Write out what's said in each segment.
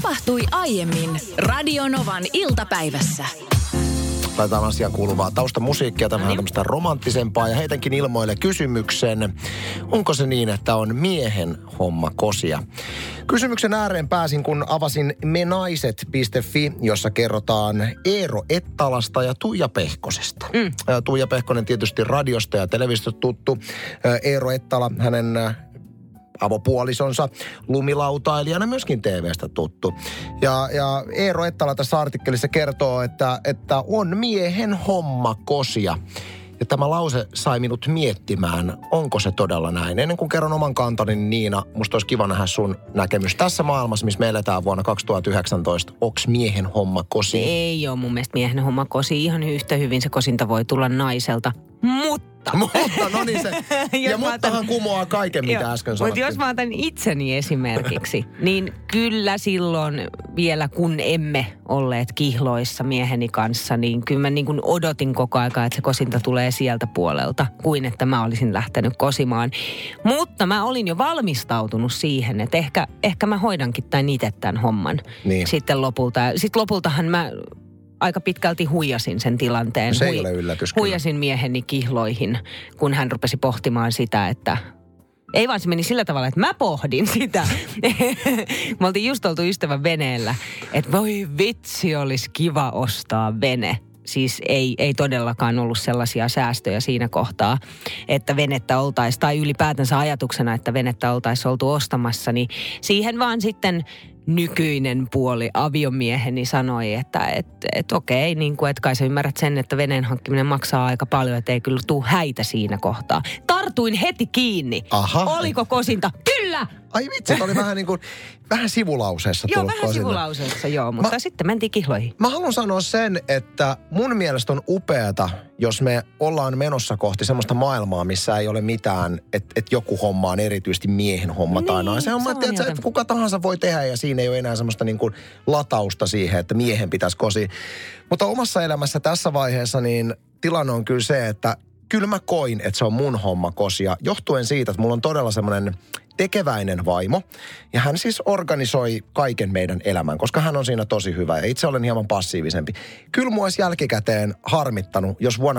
Tapahtui aiemmin Radionovan iltapäivässä. Laitetaan asiaan kuuluvaa taustamusiikkia, tämä on tämmöistä romanttisempaa ja heitänkin ilmoille kysymyksen. Onko se niin, että on miehen homma kosia? Kysymyksen ääreen pääsin, kun avasin menaiset.fi, jossa kerrotaan Eero Ettalasta ja Tuija Pehkosesta. Tuija Pehkonen tietysti radiosta ja televisiosta tuttu. Eero Ettala, hänen avopuolisonsa, lumilautailijana myöskin TV:stä tuttu. Ja Eero Ettala tässä artikkelissa kertoo, että on miehen homma kosia. Ja tämä lause sai minut miettimään, onko se todella näin. Ennen kuin kerron oman kantani, niin Niina, musta olisi kiva nähdä sun näkemys tässä maailmassa, missä me eletään vuonna 2019. Onks miehen homma kosi? Ei ole mun mielestä miehen homma kosi. Ihan yhtä hyvin se kosinta voi tulla naiselta. Mutta, no niin se. Ja muttahan kumoaa kaiken, mitä äsken sanottiin. Mutta jos mä otan itseni esimerkiksi, niin kyllä silloin vielä kun emme olleet kihloissa mieheni kanssa, niin kyllä mä niin kuin odotin koko ajan, että se kosinta tulee sieltä puolelta, kuin että mä olisin lähtenyt kosimaan. Mutta mä olin jo valmistautunut siihen, että ehkä mä hoidankin itse tämän homman sitten lopulta. Sitten lopultahan mä aika pitkälti huijasin sen tilanteen. Se ei ole yllätys. Huijasin mieheni kihloihin, kun hän rupesi pohtimaan sitä, että ei vaan se meni sillä tavalla, että mä pohdin sitä. Me oltiin just oltu ystävän veneellä, että voi vitsi, olisi kiva ostaa vene. Siis ei todellakaan ollut sellaisia säästöjä siinä kohtaa, että venettä oltaisiin, tai ylipäätänsä ajatuksena, että venettä oltaisiin oltu ostamassa, niin siihen vaan sitten nykyinen puoli aviomieheni sanoi, että okei, niin kuin, että kai sä ymmärrät sen, että veneen hankkiminen maksaa aika paljon, että ei kyllä tule häitä siinä kohtaa. Tartuin heti kiinni. Aha. Oliko kosinta? Kyllä! Ai vitsi, oli vähän niin kuin, vähän sivulauseessa tullut kosinta. Joo, vähän sivulauseessa, joo, mutta sitten mentiin kihloihin. Mä haluan sanoa sen, että mun mielestä on upeata, jos me ollaan menossa kohti semmoista maailmaa, missä ei ole mitään, että joku homma on erityisesti miehen homma tai naisen homma. Että kuka tahansa voi tehdä ja siinä ei ole enää semmoista niin kuin latausta siihen, että miehen pitäisi kosia. Mutta omassa elämässä tässä vaiheessa niin tilanne on kyllä se, että kyllä mä koin, että se on mun homma kosia. Johtuen siitä, että mulla on todella semmoinen tekeväinen vaimo. Ja hän siis organisoi kaiken meidän elämän, koska hän on siinä tosi hyvä. Ja itse olen hieman passiivisempi. Kyllä mua olisi jälkikäteen harmittanut, jos vuonna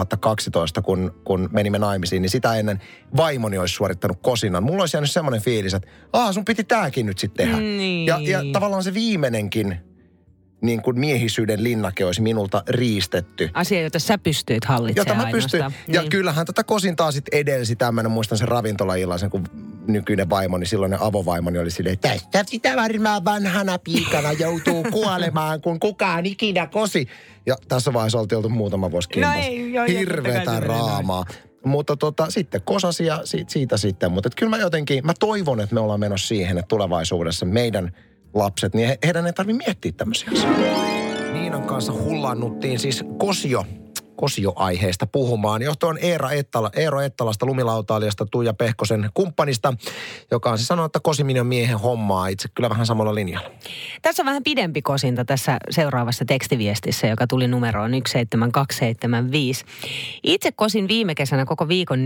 2012, kun menimme naimisiin, niin sitä ennen vaimoni olisi suorittanut kosinnan. Mulla olisi jäänyt semmoinen fiilis, että sun piti tääkin nyt sitten tehdä. Niin. Ja tavallaan se viimeinenkin niin kuin miehisyyden linnake olisi minulta riistetty. Asia, jota sä pystyit hallitsemaan jota mä pystyin. Ja kyllähän tätä kosintaa sitten edelsi tämmöinen, muistan sen ravintolaillaisen, kun nykyinen vaimoni, silloinen avovaimoni oli silleen, että tästä sitä varmaan vanhana piikana joutuu kuolemaan, kun kukaan ikinä kosi. Ja tässä vaiheessa oltiin oltu muutama vuosi kimpassa. Hirveätä raamaa. Mutta sitten kosasi ja siitä sitten. Mutta kyllä mä toivon, että me ollaan menossa siihen, että tulevaisuudessa meidän lapset, niin heidän ei tarvitse miettiä tämmöisiä asioita. Niinan kanssa hullannuttiin siis kosioaiheesta puhumaan. Johtuen Eero Ettalasta, lumilautailijasta, Tuija Pehkosen kumppanista, joka on se sanonut, että kosiminen on miehen hommaa. Itse kyllä vähän samalla linjalla. Tässä on vähän pidempi kosinta tässä seuraavassa tekstiviestissä, joka tuli numeroon 17275. Itse kosin viime kesänä koko viikon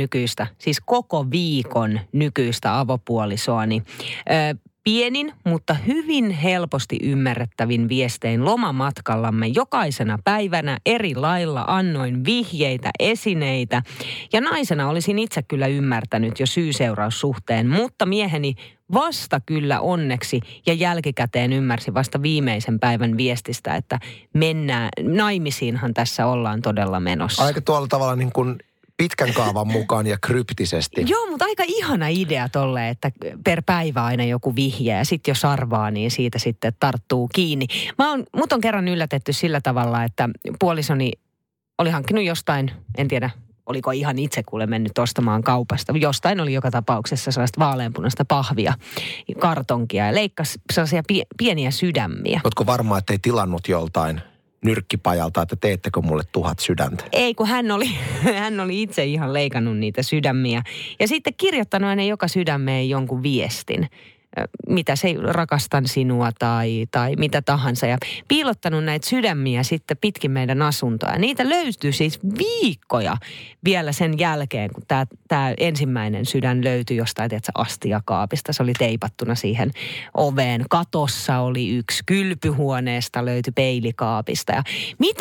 nykyistä avopuolisoani. Pienin, mutta hyvin helposti ymmärrettävin viestein lomamatkallamme jokaisena päivänä eri lailla annoin vihjeitä, esineitä. Ja naisena olisin itse kyllä ymmärtänyt jo syy-seuraussuhteen, mutta mieheni vasta kyllä onneksi ja jälkikäteen ymmärsi vasta viimeisen päivän viestistä, että naimisiinhan tässä ollaan todella menossa. Aika tuolla tavalla niin kuin pitkän kaavan mukaan ja kryptisesti. Joo, mutta aika ihana idea tolle, että per päivä aina joku vihje ja sitten jos arvaa, niin siitä sitten tarttuu kiinni. Mut on kerran yllätetty sillä tavalla, että puolisoni oli hankkinut jostain, en tiedä, oliko ihan itse kuule mennyt ostamaan kaupasta. Jostain oli joka tapauksessa sellaista vaaleanpunaista pahvia, kartonkia ja leikkasi sellaisia pieniä sydämiä. Ootko varma, että ei tilannut joltain nyrkkipajalta, että teettekö mulle 1000 sydäntä? Ei, kun hän oli itse ihan leikannut niitä sydämiä. Ja sitten kirjoittanut hänen joka sydämeen jonkun viestin. mitä se rakastan sinua tai mitä tahansa. Ja piilottanut näitä sydämiä sitten pitkin meidän asuntoa. Niitä löytyy siis viikkoja vielä sen jälkeen, kun tämä ensimmäinen sydän löytyi jostain astiakaapista. Se oli teipattuna siihen oveen. Katossa oli yksi, kylpyhuoneesta löytyi peilikaapista. Ja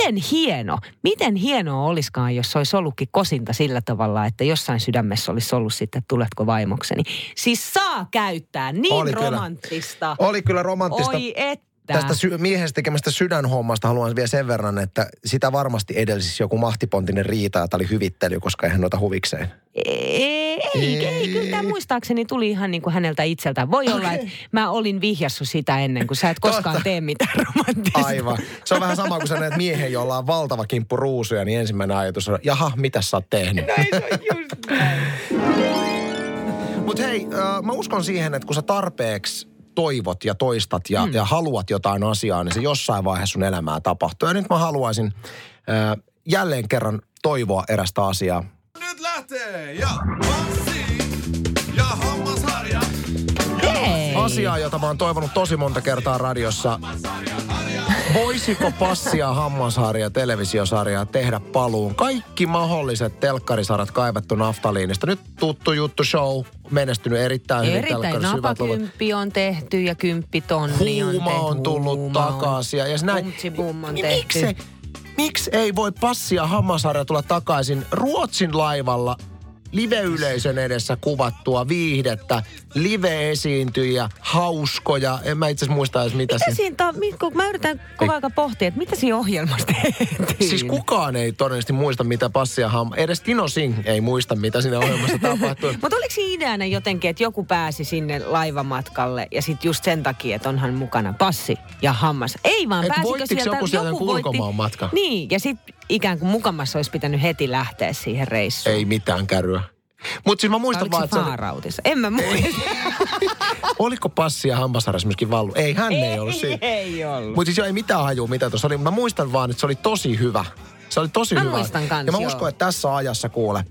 miten hienoa olisikaan, jos se olisi ollutkin kosinta sillä tavalla, että jossain sydämessä olisi ollut sitten, että tuletko vaimokseni. Siis saa käyttää niin oli romanttista. Oli kyllä romanttista. Oi että. Tästä miehestä tekemästä sydänhommasta haluan vielä sen verran, että sitä varmasti edellisi joku mahtipontinen riita, jota oli hyvittely, koska eihän noita huvikseen. Ei, kyllä tämä muistaakseni tuli ihan niin kuin häneltä itseltään. Voi olla, että mä olin vihjassut sitä ennen, kuin sä et koskaan tee mitään romanttista. Aivan. Se on vähän sama kuin sä näet miehen, jolla on valtava kimppu ruusuja, niin ensimmäinen ajatus on, jaha, mitä sä oot tehnyt? Näin se on just näin. Mut hei, mä uskon siihen, että kun sä tarpeeksi toivot ja toistat ja haluat jotain asiaa, niin se jossain vaiheessa sun elämää tapahtuu. Ja nyt mä haluaisin jälleen kerran toivoa erästä asiaa. Nyt lähtee ja Passi ja Hammasharja. Hei. Asiaa, jota mä oon toivonut tosi monta kertaa radiossa. Voisiko Passi ja Hammasharja televisiosarjaa tehdä paluun? Kaikki mahdolliset telkkarisarjat kaivettu naftaliinista. Nyt tuttu juttu show, menestynyt erittäin hyvin. Erittäin napakymppi on tehty ja 10 tonnia on tehty. Huuma on tullut takaisin. Ja näin, on tehty. Miksi ei voi Passi ja Hammasharja tulla takaisin Ruotsin laivalla live-yleisön edessä kuvattua viihdettä, live-esiintyjiä, hauskoja. En mä itse asiassa muista edes mitä kun mä yritän koko ajan pohtia, että mitä siinä ohjelmassa tehtiin. Siis kukaan ei todennäköisesti muista, mitä Passi ja edes Tino Singh ei muista, mitä siinä ohjelmassa tapahtui. Mutta oliko siinä ideana jotenkin, että joku pääsi sinne laivamatkalle ja sitten just sen takia, että onhan mukana Passi ja Hammas. Ei vaan, pääsikö sieltä joku ulkomaan matka? Niin, ja sitten ikään kuin mukamassa olisi pitänyt heti lähteä siihen reissuun. Ei mitään kärryä. Mutta siis mä muistan vaan, että Faarautissa? En mä muista. Oliko Passi ja Hammasharjassa myöskin Vallu? Ei, hän ei ollut siinä. Ei ollut. Mutta siis ei mitään hajua, mitä tuossa oli. Mä muistan vaan, että se oli tosi hyvä. Se oli tosi hyvä. Muistan kans, ja mä uskon, että tässä ajassa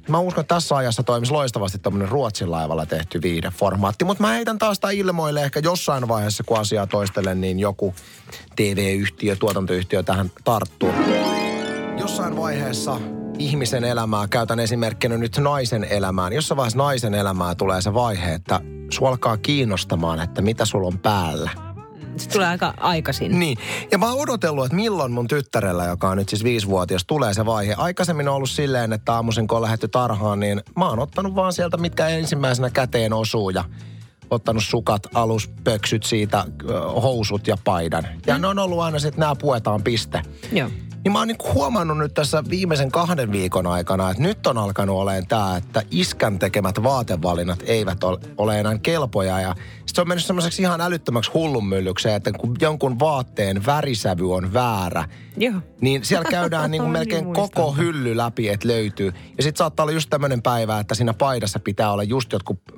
toimisi loistavasti tommonen Ruotsin laivalla tehty viihdeformaatti. Mutta mä heitän taas sitä ilmoille ehkä jossain vaiheessa, kun asiaa toistelen, niin joku TV-yhtiö, tuotantoyhtiö tähän tarttuu. Jossain vaiheessa ihmisen elämää, käytän esimerkkinä nyt naisen elämään. Jossain vaiheessa naisen elämää tulee se vaihe, että sua alkaa kiinnostamaan, että mitä sulla on päällä. Se tulee aika aikaisin. Niin. Ja mä oon odotellut, että milloin mun tyttärellä, joka on nyt siis 5-vuotias, tulee se vaihe. Aikaisemmin on ollut silleen, että aamuisin kun on lähdetty tarhaan, niin mä oon ottanut vaan sieltä, mitkä ensimmäisenä käteen osuu ja ottanut sukat, aluspöksyt siitä, housut ja paidan. Ja ne on ollut aina se, että nämä puetaan piste. Joo. Niin mä oon niinku huomannut nyt tässä viimeisen 2 viikon aikana, että nyt on alkanut olemaan tää, että iskän tekemät vaatevalinnat eivät ole enää kelpoja. Ja sit se on mennyt semmoiseksi ihan älyttömäksi hullunmyllykseen, että kun jonkun vaatteen värisävy on väärä, joo, niin siellä käydään niinku melkein niin koko hylly läpi, että löytyy. Ja sit saattaa olla just tämmönen päivä, että siinä paidassa pitää olla just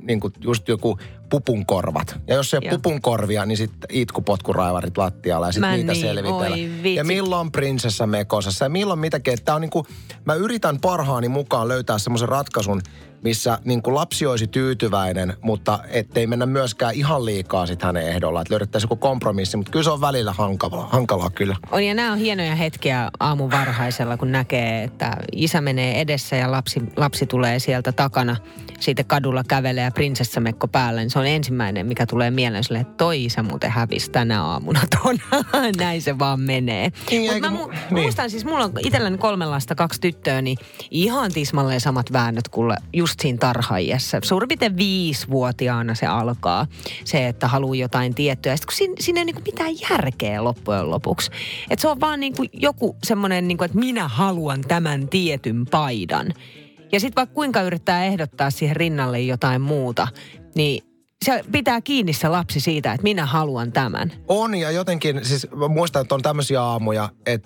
joku pupunkorvat. Ja jos ei ole pupunkorvia, niin sitten itkupotkuraivarit lattialla ja sitten niitä selvitellä. Ja milloin prinsessa mekosassa ja milloin mitäkin. Että on niinku, mä yritän parhaani mukaan löytää semmoisen ratkaisun, missä niinku lapsi olisi tyytyväinen, mutta ettei mennä myöskään ihan liikaa sit hänen ehdollaan. Että löydettäisiin joku kompromissi, mutta kyllä se on välillä hankalaa kyllä. On ja nämä on hienoja hetkiä aamun varhaisella, kun näkee, että isä menee edessä ja lapsi tulee sieltä takana. Siitä kadulla kävelee ja prinsessamekko päällä, niin se on ensimmäinen, mikä tulee mieleen sille, että toi isä muuten hävisi tänä aamuna ton. Näin se vaan menee. Mutta mä muistan siis, mulla on itselläni 3 lasta, 2 tyttöä, niin ihan tismalleen samat väännöt kuin just siinä tarha-iässä. Suurin piirtein 5-vuotiaana se alkaa, se, että haluaa jotain tiettyä. Ja sitten kun siinä ei niinku mitään järkeä loppujen lopuksi. Että se on vaan niinku joku semmoinen, niinku, että minä haluan tämän tietyn paidan. Ja sitten vaikka kuinka yrittää ehdottaa siihen rinnalle jotain muuta, niin se pitää kiinni se lapsi siitä, että minä haluan tämän. On ja jotenkin, siis muistan, että on tämmöisiä aamuja, että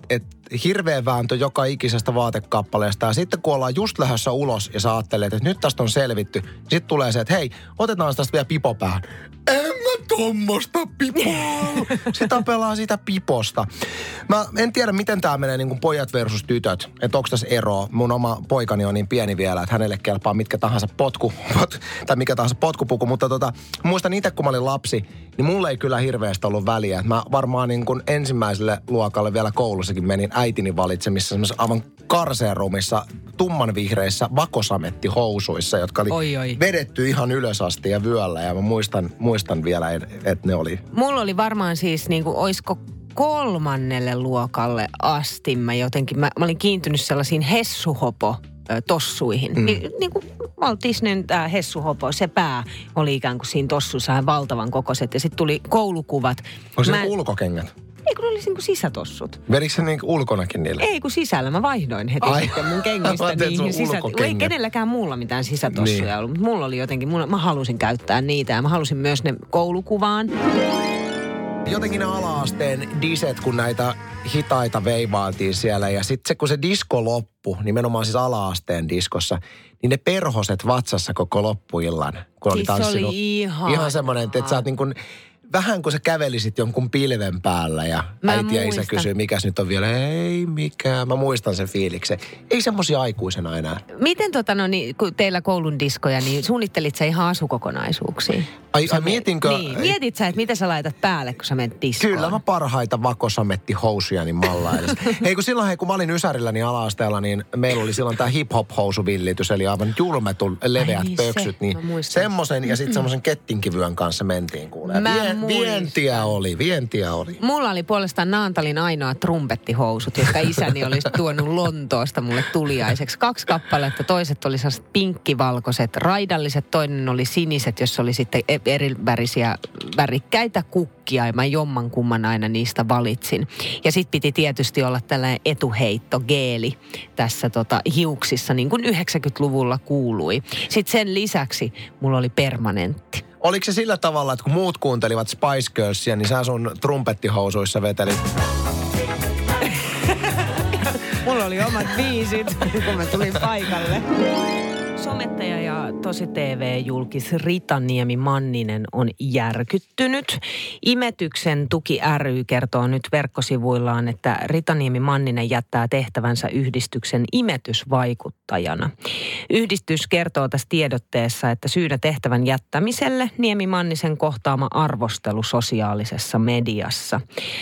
hirveä vääntö joka ikisestä vaatekappaleesta. Ja sitten kun ollaan just lähdössä ulos ja sä ajattelet, että nyt tästä on selvitty, niin sitten tulee se, että hei, otetaan tästä vielä pipo päähän. En mä tommosta pipoa. Sitä pelaa siitä piposta. Mä en tiedä, miten tää menee niin kuin pojat versus tytöt. Että onko tässä eroa. Mun oma poikani on niin pieni vielä, että hänelle kelpaa mitkä tahansa tai mikä tahansa potkupuku. Mutta muistan itse, kun mä olin lapsi, niin mulle ei kyllä hirveästi ollut väliä. Mä varmaan niin kuin ensimmäiselle luokalle vielä koulussakin menin äitini valitsemissa semmoisessa aivan karseerumissa tummanvihreissä vakosamettihousuissa, jotka oli vedetty ihan ylös asti ja vyöllä. Ja mä muistan vielä, että ne oli. Mulla oli varmaan siis niinku, oisko 3. luokalle asti mä olin kiintynyt sellaisiin hessuhopo-tossuihin. Niin kuin Walt Disneyn tämä hessuhopo, se pää oli ikään kuin siinä tossuissa valtavan kokoiset. Ja sitten tuli koulukuvat. Onko se ulkokengät? Ei, kun ne oli niinku sisätossut. Vedikö se niinku ulkonakin niille? Ei, kun sisällä. Mä vaihdoin heti sitten mun kengistä niihin ei kenelläkään muulla mitään sisätossuja ollut. Mulla oli jotenkin, mä halusin käyttää niitä ja mä halusin myös ne koulukuvaan. Jotenkin ne ala-asteen diset, kun näitä hitaita veivailtiin siellä. Ja sitten kun se disko loppui, nimenomaan siis ala-asteen diskossa, niin ne perhoset vatsassa koko loppuillan. Kun siis oli tanssinut. Oli ihan semmoinen, että sä oot niin kuin vähän kun sä kävelisit jonkun pilven päällä ja äiti ja isä kysyy, mikäs nyt on vielä. Ei mikään. Mä muistan sen fiiliksen. Ei semmosia aikuisena enää. Miten kun teillä koulun diskoja, niin suunnittelit sä ihan asukokonaisuuksia? Mietinkö? Niin. Mietit sä, että mitä sä laitat päälle, kun sä menet diskoon? Kyllä mä parhaita vakosamettihousuja niin mallailles. Kun silloin kun mä olin Ysärillä niin ala-asteella, niin meillä oli silloin tää hip-hop-housuvillitys, eli aivan julmetun leveät pöksyt. Niin semmoisen ja sitten semmoisen kettinkivyön kanssa mentiin kuulee. Vientiä oli. Mulla oli puolestaan Naantalin ainoa trumpettihousut, jotka isäni olisi tuonut Lontoosta mulle tuliaiseksi. 2 kappaletta, toiset oli sellaiset pinkkivalkoiset, raidalliset, toinen oli siniset, jossa oli sitten eri värisiä värikkäitä kukkia ja mä jommankumman aina niistä valitsin. Ja sit piti tietysti olla tällainen etuheittogeeli tässä hiuksissa, niin kuin 90-luvulla kuului. Sitten sen lisäksi mulla oli permanentti. Oliko se sillä tavalla, että kun muut kuuntelivat Spice Girlsia, niin sä sun trumpettihousuissa vetelit? Mulla oli omat biisit, kun mä tulin paikalle. Somettaja ja Tosi TV-julkis Rita Niemi-Manninen on järkyttynyt. Imetyksen tuki ry kertoo nyt verkkosivuillaan, että Rita Niemi-Manninen jättää tehtävänsä yhdistyksen imetysvaikuttajana. Yhdistys kertoo tässä tiedotteessa, että syynä tehtävän jättämiselle Niemi-Mannisen kohtaama arvostelu sosiaalisessa mediassa.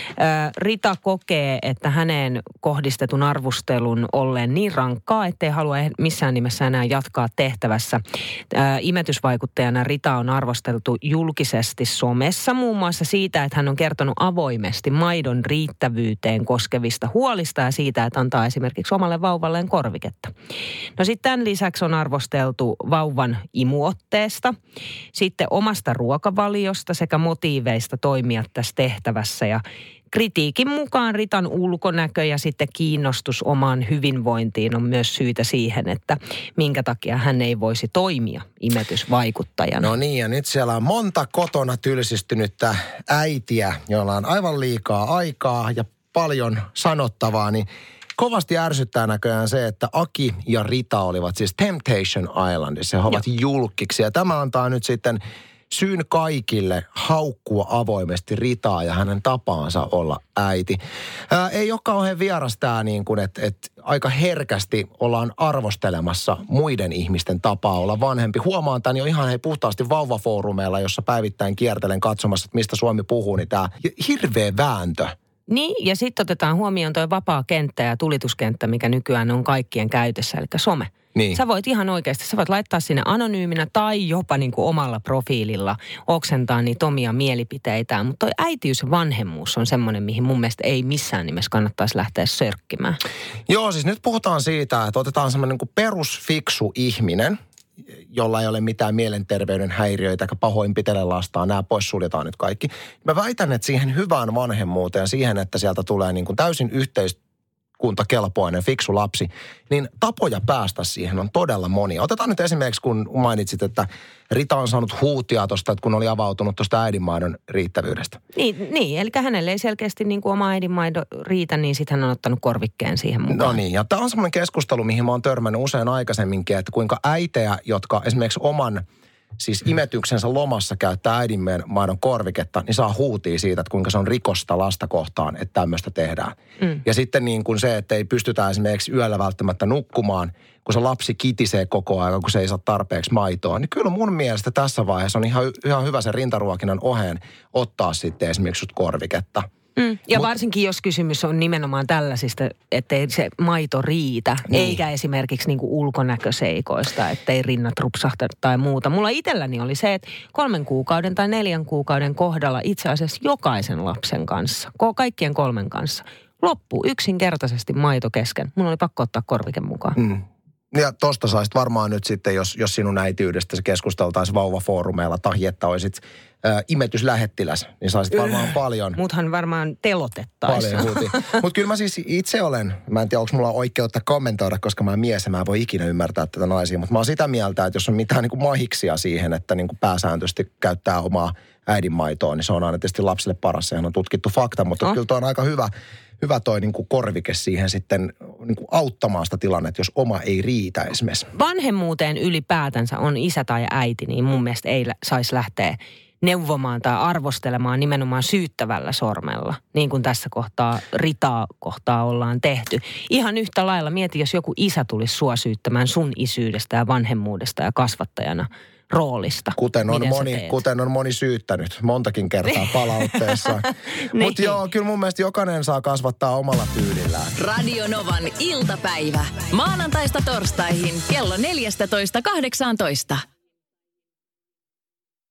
Rita kokee, että häneen kohdistetun arvostelun olleen niin rankkaa, ettei halua missään nimessä enää jatkaa tehtävässä. Imetysvaikuttajana Rita on arvosteltu julkisesti somessa muun muassa siitä, että hän on kertonut avoimesti maidon riittävyyteen koskevista huolista ja siitä, että antaa esimerkiksi omalle vauvalleen korviketta. No sitten tämän lisäksi on arvosteltu vauvan imuotteesta, sitten omasta ruokavaliosta sekä motiiveista toimia tässä tehtävässä ja kritiikin mukaan Ritan ulkonäkö ja sitten kiinnostus omaan hyvinvointiin on myös syytä siihen, että minkä takia hän ei voisi toimia imetysvaikuttajana. No niin, ja nyt siellä on monta kotona tylsistynyttä äitiä, joilla on aivan liikaa aikaa ja paljon sanottavaa, niin kovasti ärsyttää näköjään se, että Aki ja Rita olivat siis Temptation Islandissa. He ovat julkkiksi ja tämä antaa nyt sitten syyn kaikille haukkua avoimesti Ritaa ja hänen tapaansa olla äiti. Ei ole kauhean vieras tämä niin kuin, että aika herkästi ollaan arvostelemassa muiden ihmisten tapaa olla vanhempi. Huomaan tämän jo ihan puhtaasti vauvafoorumeilla, jossa päivittäin kiertelen katsomassa, että mistä Suomi puhuu, niin tämä hirveä vääntö. Niin, ja sitten otetaan huomioon tuo vapaa kenttä ja tulituskenttä, mikä nykyään on kaikkien käytössä, eli some. Niin. Sä voit ihan oikeasti, sä voit laittaa sinne anonyyminä tai jopa niin kuin omalla profiililla oksentaa niitä omia mielipiteitään. Mutta toi äitiys ja vanhemmuus on semmoinen, mihin mun mielestä ei missään nimessä kannattaisi lähteä sörkkimään. Joo, siis nyt puhutaan siitä, että otetaan semmoinen niin kuin perusfiksu ihminen, jolla ei ole mitään mielenterveyden häiriöitä eikä pahoinpitele lastaan. Nämä pois suljetaan nyt kaikki. Mä väitän, että siihen hyvään vanhemmuuteen, siihen, että sieltä tulee niin kuin täysin yhteiskuntakelpoinen, fiksu lapsi, niin tapoja päästä siihen on todella monia. Otetaan nyt esimerkiksi, kun mainitsit, että Rita on saanut huutia tuosta, että kun oli avautunut tuosta äidinmaidon riittävyydestä. Niin, eli hänelle ei selkeästi niin kuin oma äidinmaidon riitä, niin sitten hän on ottanut korvikkeen siihen mukaan. No niin, ja tämä on semmoinen keskustelu, mihin mä oon törmännyt usein aikaisemminkin, että kuinka äitejä, jotka esimerkiksi oman siis imetyksensä lomassa käyttää äidinmaidon korviketta, niin saa huutia siitä, että kuinka se on rikosta lasta kohtaan, että tämmöistä tehdään. Ja sitten niin kuin se, että ei pystytä esimerkiksi yöllä välttämättä nukkumaan, kun se lapsi kitisee koko ajan, kun se ei saa tarpeeksi maitoa. Niin kyllä mun mielestä tässä vaiheessa on ihan hyvä sen rintaruokinnan oheen ottaa sitten esimerkiksi korviketta. Ja varsinkin, jos kysymys on nimenomaan tällaisista, ettei se maito riitä, eikä esimerkiksi niin kuin ulkonäköseikoista, ettei rinnat rupsahta tai muuta. Mulla itselläni oli se, että 3 kuukauden tai 4 kuukauden kohdalla itse asiassa jokaisen lapsen kanssa, kaikkien 3 kanssa, loppuu yksinkertaisesti maito kesken. Mun oli pakko ottaa korvike mukaan. Ja tosta saisit varmaan nyt sitten, jos sinun äitiydestä se keskusteltaisiin vauvafoorumeilla tai että olisit imetyslähettiläs, niin saisit varmaan paljon. Muthan varmaan telotettaisiin. Paljon huutia. Mutta kyllä mä siis itse olen, mä en tiedä onko mulla oikeutta kommentoida, koska mä oon mies ja mä en voi ikinä ymmärtää tätä naisia, mutta mä oon sitä mieltä, että jos on mitään niin kuin mahiksia siihen, että niin kuin pääsääntöisesti käyttää omaa äidinmaitoa, niin se on aina tietysti lapsille paras. Sehän on tutkittu fakta, mutta kyllä tuo on aika hyvä toi niin kuin korvike siihen sitten niin kuin auttamaan sitä tilannetta, jos oma ei riitä esimerkiksi. Vanhemmuuteen ylipäätänsä on isä tai äiti, niin mun mielestä ei saisi lähteä neuvomaan tai arvostelemaan nimenomaan syyttävällä sormella, niin kuin tässä kohtaa Ritaa kohtaa ollaan tehty. Ihan yhtä lailla mieti, jos joku isä tulisi sua syyttämään sun isyydestä ja vanhemmuudesta ja kasvattajana roolista. Kuten on moni syyttänyt montakin kertaa palautteessa. Mutta joo, kyllä mun mielestä jokainen saa kasvattaa omalla tyylillään. Radio Novan iltapäivä. Maanantaista torstaihin kello 14.18.